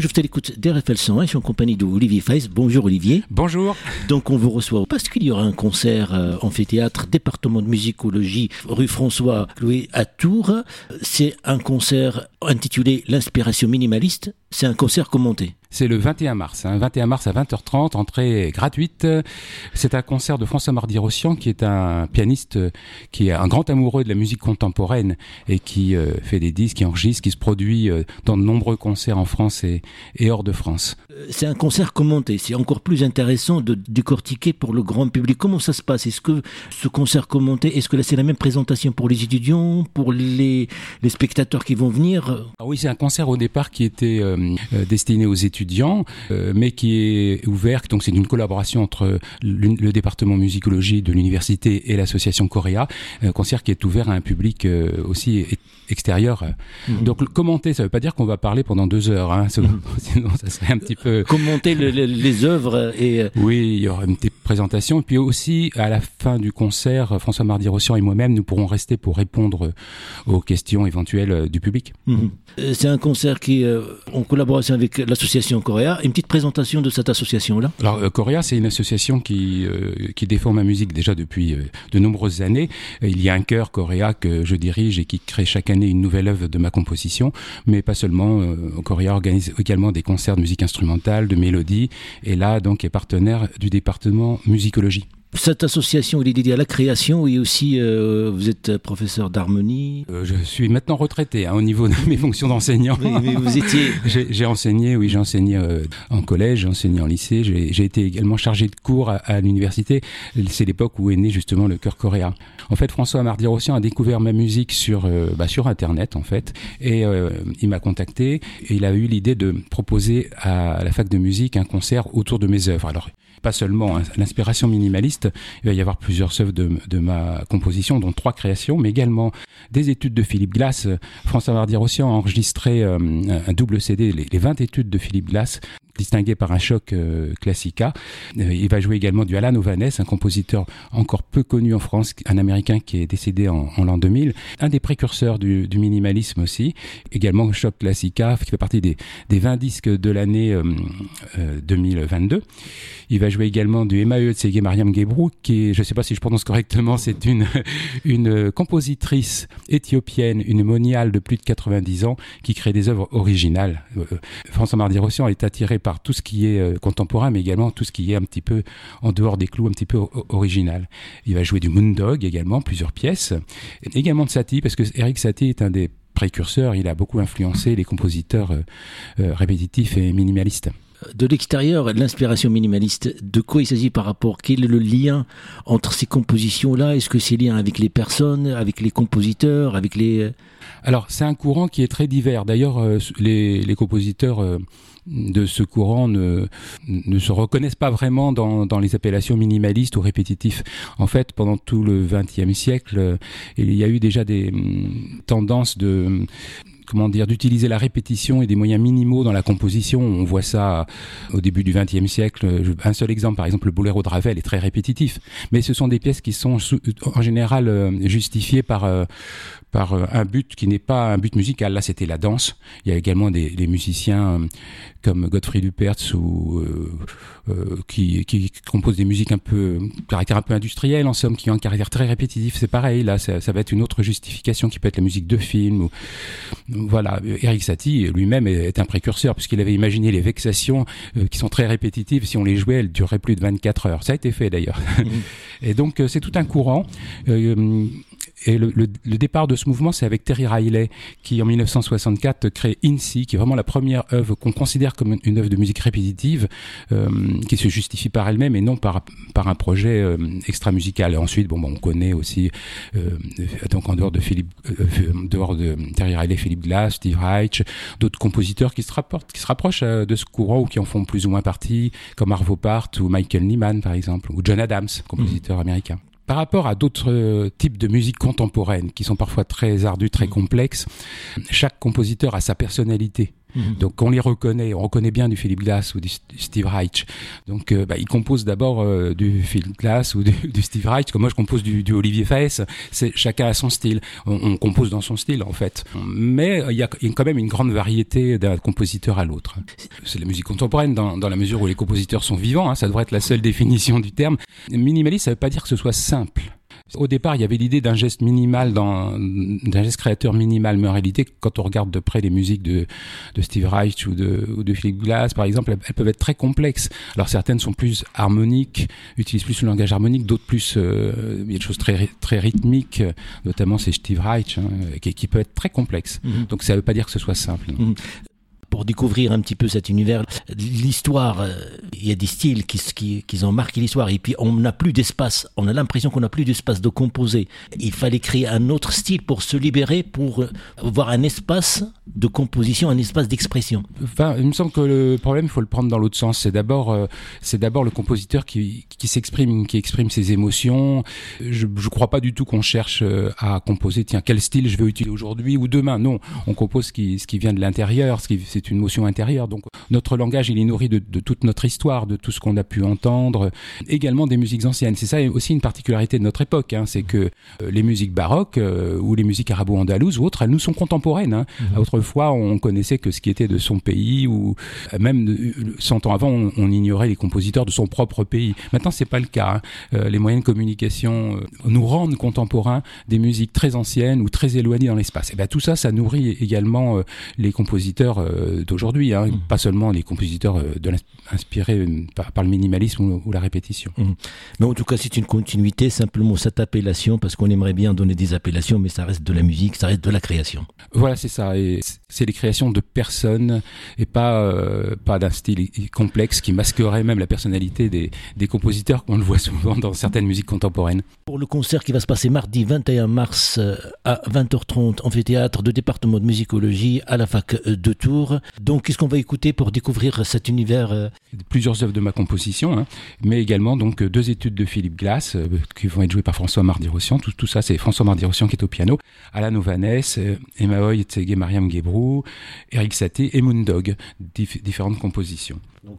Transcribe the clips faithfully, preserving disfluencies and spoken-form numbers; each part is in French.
je fais l'écoute d'R F L cent un, je suis en compagnie d'Olivier Feiss. Bonjour Olivier. Bonjour. Donc on vous reçoit parce qu'il y aura un concert euh, amphithéâtre, département de musicologie, rue François Clouet à Tours. C'est un concert intitulé L'inspiration minimaliste. C'est un concert commenté. C'est le vingt et un mars, hein, vingt et un mars à vingt heures trente, entrée gratuite. C'est un concert de François Mardi-Rossian, qui est un pianiste qui est un grand amoureux de la musique contemporaine et qui euh, fait des disques, qui enregistre, qui se produit euh, dans de nombreux concerts en France et, et hors de France. C'est un concert commenté. C'est encore plus intéressant de décortiquer pour le grand public. Comment ça se passe? Est-ce que ce concert commenté, est-ce que là c'est la même présentation pour les étudiants, pour les, les spectateurs qui vont venir? Ah oui, c'est un concert au départ qui était euh, euh, destiné aux étudiants. étudiants, euh, mais qui est ouvert, donc c'est une collaboration entre le département musicologie de l'université et l'association Coréa, un concert qui est ouvert à un public euh, aussi extérieur. Mmh. Donc commenter, ça ne veut pas dire qu'on va parler pendant deux heures, hein, sinon, mmh. sinon ça serait un petit peu... Commenter le, le, les œuvres et... Oui, il y aura une petite présentation, et puis aussi, à la fin du concert, François Mardi-Rossian et moi-même, nous pourrons rester pour répondre aux questions éventuelles du public. Mmh. C'est un concert qui est en collaboration avec l'association Coréa. Une petite présentation de cette association-là. Alors, euh, Coréa, c'est une association qui, euh, qui défend ma musique déjà depuis euh, de nombreuses années. Il y a un chœur Coréa que je dirige et qui crée chaque année une nouvelle œuvre de ma composition. Mais pas seulement, euh, Coréa organise également des concerts de musique instrumentale, de mélodie. Et là, donc, est partenaire du département musicologie. Cette association, il est dédié à la création et aussi, euh, vous êtes professeur d'harmonie. Euh, je suis maintenant retraité hein, au niveau de mes fonctions d'enseignant. Oui, mais vous étiez... j'ai, j'ai enseigné, oui, j'ai enseigné euh, en collège, j'ai enseigné en lycée, j'ai, j'ai été également chargé de cours à, à l'université. C'est l'époque où est né justement le chœur Coréa. En fait, François Mardi-Rossian a découvert ma musique sur, euh, bah, sur Internet, en fait, et euh, il m'a contacté et il a eu l'idée de proposer à la fac de musique un concert autour de mes œuvres. Alors, pas seulement hein, l'inspiration minimaliste, il va y avoir plusieurs œuvres de, de ma composition, dont trois créations, mais également des études de Philippe Glass. François Mardi-Rossian a enregistré euh, un double C D, les, les vingt études de Philippe Glass, distingué par un choc euh, classica. Euh, il va jouer également du Alan Ovanes, un compositeur encore peu connu en France, un Américain qui est décédé en, en l'an deux mille, un des précurseurs du, du minimalisme aussi, également choc classica, qui fait partie des, des vingt disques de l'année euh, euh, deux mille vingt-deux. Il va jouer également du Emae Tsege Mariam Gebrou, qui est, je ne sais pas si je prononce correctement, c'est une, une compositrice éthiopienne, une moniale de plus de quatre-vingt-dix ans, qui crée des œuvres originales. Euh, François Mardi-Rossian est attiré par tout ce qui est euh, contemporain, mais également tout ce qui est un petit peu en dehors des clous, un petit peu o- original. Il va jouer du Moondog également, plusieurs pièces. Et également de Satie, parce que Erik Satie est un des précurseurs, il a beaucoup influencé les compositeurs euh, euh, répétitifs et minimalistes. De l'extérieur, l'inspiration minimaliste, de quoi il s'agit par rapport? Quel est le lien entre ces compositions-là? Est-ce que c'est lien avec les personnes, avec les compositeurs, avec les... Alors, c'est un courant qui est très divers. D'ailleurs, euh, les, les compositeurs... Euh, de ce courant ne, ne se reconnaissent pas vraiment dans, dans les appellations minimalistes ou répétitifs. En fait, pendant tout le vingtième siècle, il y a eu déjà des hum, tendances de... comment dire, d'utiliser la répétition et des moyens minimaux dans la composition. On voit ça au début du vingtième siècle. Un seul exemple, par exemple, le boléro de Ravel est très répétitif. Mais ce sont des pièces qui sont en général justifiées par, par un but qui n'est pas un but musical. Là, c'était la danse. Il y a également des, des musiciens comme Gottfried Lüpertz ou euh, euh, qui, qui composent des musiques un peu caractère un peu industriel en somme, qui ont un caractère très répétitif. C'est pareil. Là, ça, ça va être une autre justification qui peut être la musique de film ou voilà, Erik Satie lui-même est un précurseur puisqu'il avait imaginé les vexations euh, qui sont très répétitives. Si on les jouait, elles dureraient plus de vingt-quatre heures. Ça a été fait d'ailleurs. Mmh. Et donc euh, c'est tout un courant. Euh, et le, le, le départ de ce mouvement, c'est avec Terry Riley qui en dix-neuf cent soixante-quatre crée I N S I, qui est vraiment la première œuvre qu'on considère comme une œuvre de musique répétitive, euh, qui se justifie par elle-même et non par par un projet euh, extra-musical. Et ensuite, bon, bon, on connaît aussi euh, donc en dehors de Philippe, euh, en dehors de Terry Riley, Philippe Glass, Steve Reich, d'autres compositeurs qui se rapportent, qui se rapprochent euh, de ce courant ou qui en font plus ou moins partie, comme Arvo Pärt ou Michael Nyman par exemple, ou John Adams, compositeur mmh. américain. Par rapport à d'autres euh, types de musique contemporaine qui sont parfois très ardues, très complexes, chaque compositeur a sa personnalité. Mmh. Donc on les reconnaît, on reconnaît bien du Philip Glass ou du Steve Reich. Donc euh, bah, ils composent d'abord euh, du Philip Glass ou du, du Steve Reich, comme moi je compose du, du Olivier Faes. C'est, chacun a son style. On, on compose dans son style en fait. Mais il y a, y a quand même une grande variété d'un compositeur à l'autre. C'est la musique contemporaine dans, dans la mesure où les compositeurs sont vivants. Hein, ça devrait être la seule définition du terme. Minimaliste, ça ne veut pas dire que ce soit simple. Au départ, il y avait l'idée d'un geste minimal, dans, d'un geste créateur minimal, mais en réalité, quand on regarde de près les musiques de, de Steve Reich ou de, ou de Philip Glass, par exemple, elles, elles peuvent être très complexes. Alors certaines sont plus harmoniques, utilisent plus le langage harmonique, d'autres plus, euh, il y a des choses très, très rythmiques, notamment c'est Steve Reich, hein, qui, qui peut être très complexe. Mm-hmm. Donc ça ne veut pas dire que ce soit simple. Mm-hmm. Pour découvrir un petit peu cet univers, l'histoire, euh, il y a des styles qui, qui, qui ont marqué l'histoire, et puis on n'a plus d'espace, on a l'impression qu'on n'a plus d'espace de composer. Il fallait créer un autre style pour se libérer, pour avoir un espace de composition, un espace d'expression. Enfin, il me semble que le problème, il faut le prendre dans l'autre sens. C'est d'abord, euh, c'est d'abord le compositeur qui, qui s'exprime, qui exprime ses émotions. Je ne crois pas du tout qu'on cherche à composer, tiens, quel style je vais utiliser aujourd'hui ou demain. Non, on compose ce qui, ce qui vient de l'intérieur, ce qui, c'est une motion intérieure. Donc notre langage, il est nourri de, de toute notre histoire, de tout ce qu'on a pu entendre, également des musiques anciennes. C'est ça aussi une particularité de notre époque, hein, c'est que euh, les musiques baroques euh, ou les musiques arabo-andalouses ou autres, elles nous sont contemporaines. Hein. Mmh. Autrefois, on connaissait que ce qui était de son pays, ou euh, même de, cent ans avant, on, on ignorait les compositeurs de son propre pays. Maintenant, c'est pas le cas. Hein. Euh, les moyens de communication euh, nous rendent contemporains des musiques très anciennes ou très éloignées dans l'espace. Et ben tout ça, ça nourrit également euh, les compositeurs euh, d'aujourd'hui, hein, mmh. pas seulement les compositeurs euh, de inspirés par, par le minimalisme ou, ou la répétition. Mmh. Mais en tout cas, c'est une continuité, simplement cette appellation, parce qu'on aimerait bien donner des appellations, mais ça reste de la musique, ça reste de la création. Voilà, c'est ça. Et c'est les créations de personnes et pas, euh, pas d'un style complexe qui masquerait même la personnalité des, des compositeurs, qu'on le voit souvent dans certaines musiques contemporaines. Pour le concert qui va se passer mardi vingt et un mars à vingt heures trente, amphithéâtre de département de musicologie à la fac de Tours. Donc, qu'est-ce qu'on va écouter pour découvrir cet univers? Plusieurs œuvres de ma composition, hein, mais également donc deux études de Philip Glass euh, qui vont être jouées par François Mardi-Rossian. Tout, tout ça, c'est François Mardi-Rossian qui est au piano, Alan Ovanès, euh, Emma Hoy, Tsege Mariam Gebrou, Eric Saté et Moondog, dif- différentes compositions. Donc...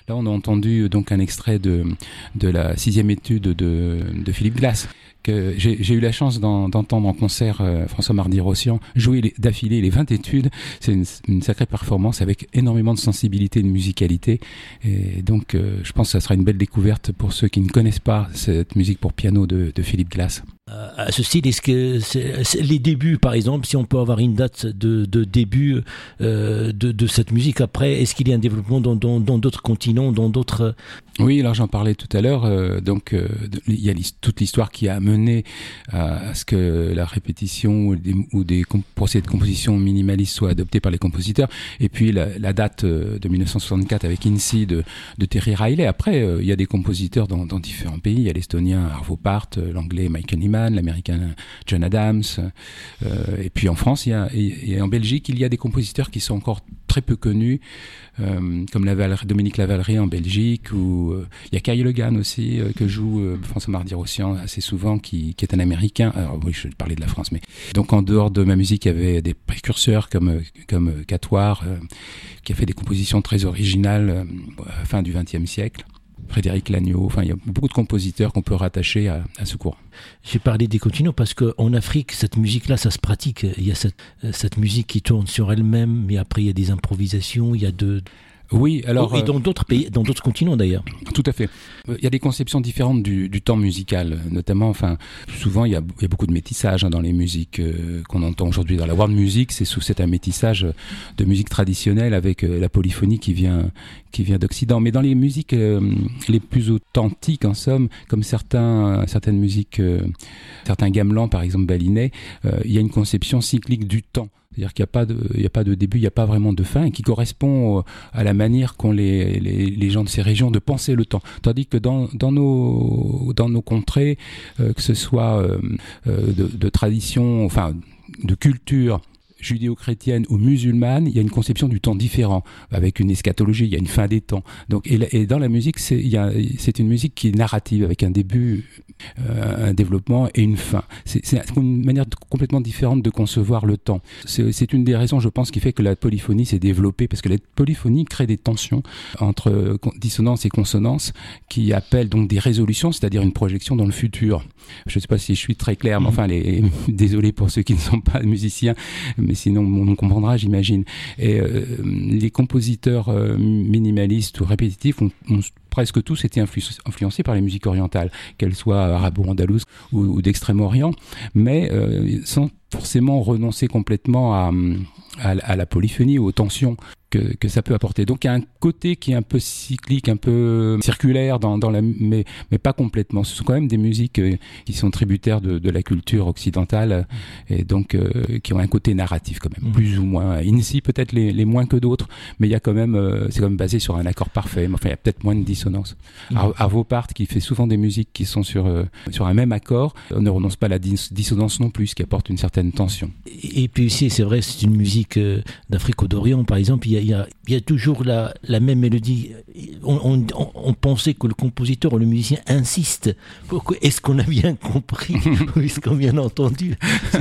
Là, on a entendu donc un extrait de, de la sixième étude de, de Philippe Glass, que j'ai, j'ai eu la chance d'en, d'entendre en concert euh, François Mardi-Rossian jouer les, d'affilée les vingt études. C'est une, une sacrée performance avec énormément de sensibilité et de musicalité. Et donc, euh, je pense que ça sera une belle découverte pour ceux qui ne connaissent pas cette musique pour piano de, de Philippe Glass. Euh, à ce style, est-ce que c'est, c'est les débuts, par exemple, si on peut avoir une date de, de début euh, de, de cette musique, après, est-ce qu'il y a un développement dans, dans, dans d'autres continents, dans d'autres... Oui, alors j'en parlais tout à l'heure. Euh, donc, euh, il y a toute l'histoire qui a mené à, à ce que la répétition ou des, ou des comp- procédés de composition minimalistes soient adoptés par les compositeurs. Et puis la, la date euh, de dix-neuf cent soixante-quatre avec INSI de, de Terry Riley. Après, euh, il y a des compositeurs dans, dans différents pays. Il y a l'Estonien Arvo Pärt, l'Anglais Michael Nyman, l'Américain John Adams. Euh, et puis en France, il y a, et, et en Belgique, il y a des compositeurs qui sont encore très peu connus, euh, comme Laval, Dominique Lavallerie en Belgique, ou euh, il y a Kyle Legan aussi, euh, que joue euh, François Mardi-Rossian assez souvent, qui, qui est un Américain. Alors oui, je parlais de la France, mais donc en dehors de ma musique, il y avait des précurseurs comme comme Catoire, euh, qui a fait des compositions très originales euh, à la fin du vingtième siècle. Frédéric Lagneau, enfin il y a beaucoup de compositeurs qu'on peut rattacher à, à ce courant. J'ai parlé des continents parce qu'en Afrique, cette musique-là, ça se pratique. Il y a cette, cette musique qui tourne sur elle-même, mais après il y a des improvisations, il y a de... Oui, alors... Et dans d'autres pays, dans d'autres continents d'ailleurs. Tout à fait. Il y a des conceptions différentes du, du temps musical, notamment, enfin, souvent il y a, il y a beaucoup de métissage hein, dans les musiques euh, qu'on entend aujourd'hui. Dans la world music, c'est, c'est un métissage de musique traditionnelle avec euh, la polyphonie qui vient, qui vient d'Occident. Mais dans les musiques euh, les plus authentiques, en somme, comme certains, certaines musiques, euh, certains gamelans, par exemple balinais, euh, il y a une conception cyclique du temps. C'est-à-dire qu'il n'y a pas de, il n'y a pas de début, il n'y a pas vraiment de fin, et qui correspond à la manière qu'ont les, les, les gens de ces régions de penser le temps. Tandis que dans, dans nos, dans nos contrées, euh, que ce soit euh, de, de tradition, enfin, de culture judéo-chrétienne ou musulmane, il y a une conception du temps différent, avec une eschatologie, il y a une fin des temps. Donc, et, et dans la musique, c'est, il y a, c'est une musique qui est narrative, avec un début, euh, un développement et une fin. C'est, c'est une manière de, complètement différente de concevoir le temps. C'est, c'est une des raisons, je pense, qui fait que la polyphonie s'est développée, parce que la polyphonie crée des tensions entre dissonance et consonance, qui appellent donc des résolutions, c'est-à-dire une projection dans le futur. Je ne sais pas si je suis très clair, mais enfin, les, désolé pour ceux qui ne sont pas musiciens, mais sinon on comprendra, j'imagine. Et euh, les compositeurs euh, minimalistes ou répétitifs ont, ont presque tous été influ- influencés par les musiques orientales, qu'elles soient arabo-andalouses ou, ou d'Extrême-Orient, mais euh, sans forcément renoncer complètement à, à, à la polyphonie ou aux tensions que, que ça peut apporter. Donc il y a un côté qui est un peu cyclique, un peu circulaire, dans, dans la, mais, mais pas complètement. Ce sont quand même des musiques euh, qui sont tributaires de, de la culture occidentale et donc euh, qui ont un côté narratif quand même, mmh. plus ou moins. Ici peut-être les, les moins que d'autres, mais il y a quand même, euh, c'est quand même basé sur un accord parfait. Enfin, il y a peut-être moins de dissonance. Mmh. Ar- Arvo Pärt, qui fait souvent des musiques qui sont sur, euh, sur un même accord, on ne renonce pas à la dis- dissonance non plus, ce qui apporte une certaine tension. Et, et puis aussi, c'est vrai, c'est une musique euh, d'Afrique ou d'Orient, par exemple, il y a, il y a, il y a toujours la, la même mélodie. On, on, on pensait que le compositeur ou le musicien insiste. Pourquoi est-ce qu'on a bien compris ou est-ce qu'on a bien entendu?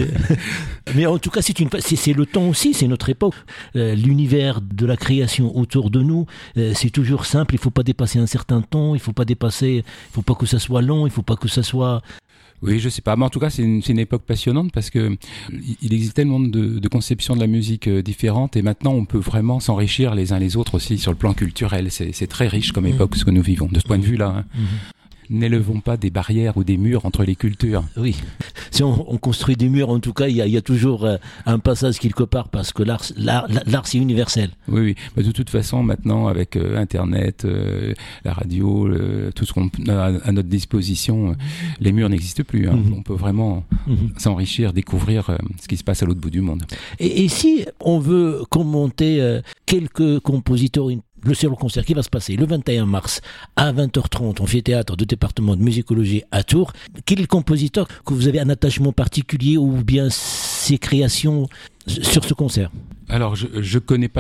Mais en tout cas, c'est, une, c'est, c'est le temps aussi, c'est notre époque. Euh, l'univers de la création autour de nous, euh, c'est toujours simple. Il ne faut pas dépasser un certain temps, il ne faut pas dépasser, il faut pas que ça soit long, il ne faut pas que ça soit... Oui, je sais pas. Mais en tout cas, c'est une, c'est une époque passionnante parce que il existe tellement de, de conceptions de la musique différentes et maintenant on peut vraiment s'enrichir les uns les autres aussi sur le plan culturel. C'est, c'est très riche comme époque ce que nous vivons. De ce point de vue-là, hein. Mm-hmm. N'élevons pas des barrières ou des murs entre les cultures. Oui, si on, on construit des murs, en tout cas, il y a, il y a toujours euh, un passage quelque part parce que l'art, l'art, l'art c'est universel. Oui, oui. Bah, de toute façon, maintenant, avec euh, Internet, euh, la radio, euh, tout ce qu'on a à notre disposition, euh, les murs n'existent plus. Hein. Mm-hmm. On peut vraiment mm-hmm. s'enrichir, découvrir euh, ce qui se passe à l'autre bout du monde. Et, et si on veut commenter euh, quelques compositeurs, une le seul concert qui va se passer le vingt et un mars à vingt heures trente au amphithéâtre du département de musicologie à Tours. Quel est le compositeur que vous avez un attachement particulier ou bien ses créations sur ce concert? Alors, je je connais pas tout,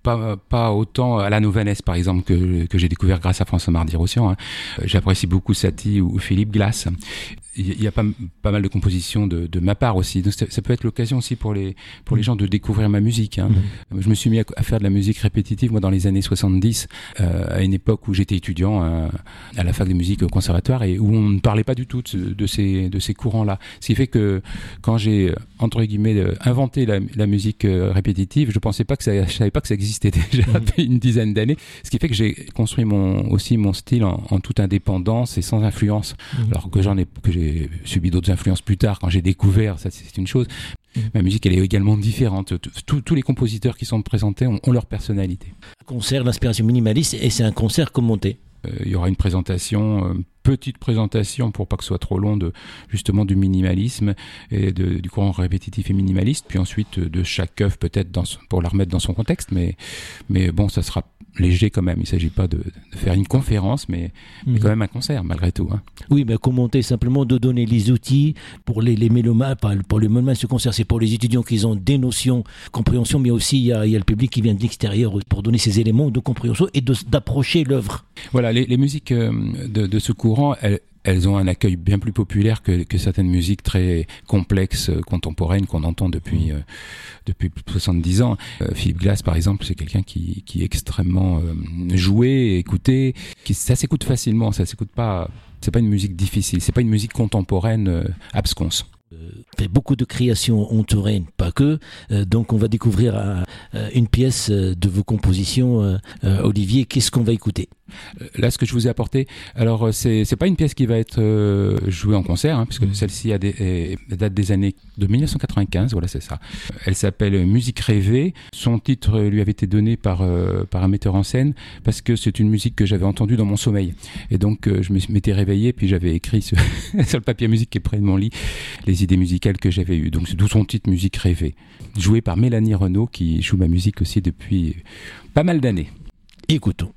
pas, pas autant Alain Ovanès, par exemple, que, que j'ai découvert grâce à François Mardi-Rossian. Hein. J'apprécie beaucoup Satie ou Philippe Glass. Il y a pas, pas mal de compositions de, de ma part aussi. Donc ça, ça peut être l'occasion aussi pour les, pour les gens de découvrir ma musique. Hein. Mmh. Je me suis mis à, à faire de la musique répétitive, moi, dans les années soixante-dix, euh, à une époque où j'étais étudiant à, à la fac de musique au conservatoire et où on ne parlait pas du tout de, de ces, de ces courants-là. Ce qui fait que quand j'ai, entre guillemets, inventé la, la musique répétitive, je pensais pas que ça, je savais pas que ça existait déjà mmh. depuis une dizaine d'années. Ce qui fait que j'ai construit mon, aussi mon style en, en toute indépendance et sans influence. Mmh. Alors que j'en ai, que j'ai J'ai subi d'autres influences plus tard quand j'ai découvert, ça c'est une chose. Mmh. Ma musique elle est également différente. Tous, tous les compositeurs qui sont présentés ont, ont leur personnalité. Concert, l'inspiration minimaliste, et c'est un concert commenté. Euh, il y aura une présentation, une petite présentation pour pas que ce soit trop long de justement du minimalisme et de, du courant répétitif et minimaliste. Puis ensuite de chaque œuvre peut-être dans, pour la remettre dans son contexte, mais mais bon ça sera léger quand même. Il ne s'agit pas de, de faire une conférence, mais, mmh. mais quand même un concert malgré tout. Hein. Oui, mais commenter simplement de donner les outils pour les, les mélomanes, pour les mélomanes, ce concert, c'est pour les étudiants qui ont des notions, compréhension, mais aussi il y a, il y a le public qui vient de l'extérieur pour donner ces éléments de compréhension et de, d'approcher l'œuvre. Voilà, les, les musiques de, de ce courant, elles, elles ont un accueil bien plus populaire que, que certaines musiques très complexes, contemporaines qu'on entend depuis euh, depuis soixante-dix ans. Euh, Philippe Glass, par exemple, c'est quelqu'un qui, qui est extrêmement euh, joué, écouté, qui ça s'écoute facilement, ça s'écoute pas. C'est pas une musique difficile, c'est pas une musique contemporaine euh, absconse. Euh, fait beaucoup de créations en Touraine, pas que. Euh, donc on va découvrir euh, une pièce de vos compositions. Euh, euh, Olivier, qu'est-ce qu'on va écouter ? Là, ce que je vous ai apporté, alors c'est c'est pas une pièce qui va être euh, jouée en concert, hein, puisque mmh. celle-ci a des, est, date des années de dix-neuf cent quatre-vingt-quinze. Voilà, c'est ça. Elle s'appelle Musique rêvée. Son titre lui avait été donné par euh, par un metteur en scène parce que c'est une musique que j'avais entendue dans mon sommeil. Et donc euh, je m'étais réveillé, puis j'avais écrit sur, sur le papier musique qui est près de mon lit les idées musicales que j'avais eues. Donc c'est d'où son titre Musique rêvée, joué par Mélanie Renaud qui joue ma musique aussi depuis pas mal d'années. Écoutons.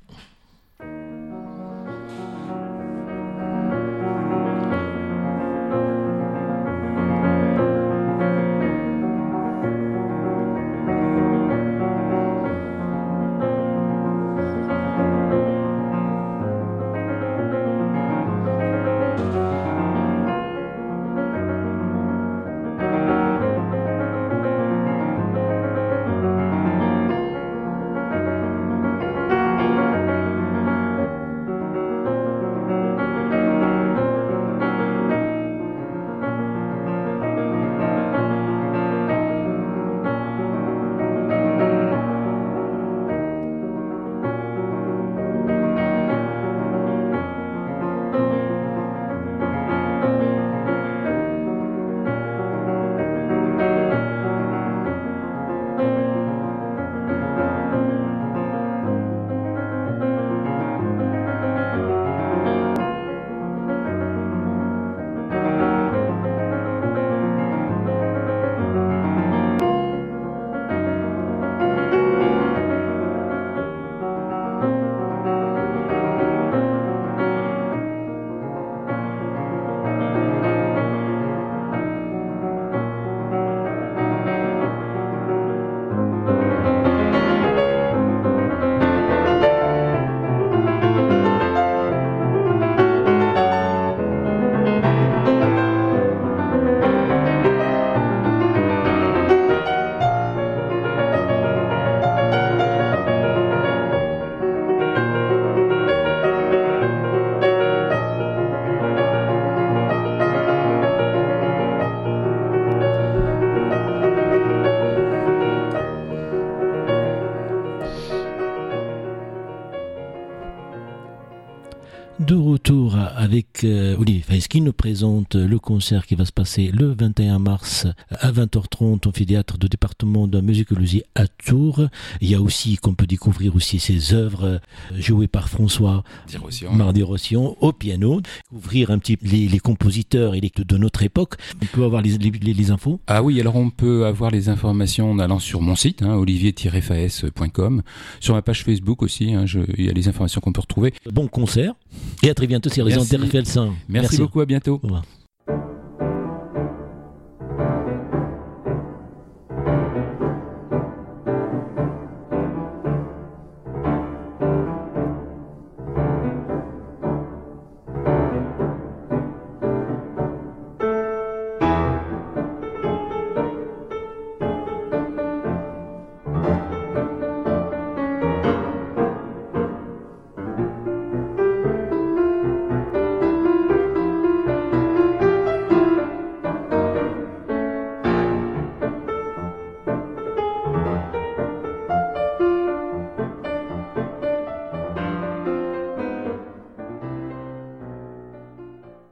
De retour avec euh, Olivier Faes qui nous présente le concert qui va se passer le vingt et un mars à vingt heures trente au amphithéâtre de département de musicologie à Tours. Il y a aussi, qu'on peut découvrir aussi ses œuvres euh, jouées par François Mardi-Rossian au piano. Ouvrir un petit les, les compositeurs et les, de notre époque. On peut avoir les, les, les infos. Ah oui, alors on peut avoir les informations en allant sur mon site, hein, olivier tiret faes point com, sur ma page Facebook aussi. Hein, je, il y a les informations qu'on peut retrouver. Bon concert. Et à très bientôt sur les ondes d'R F L cent. Merci, Merci beaucoup, à bientôt. Au revoir.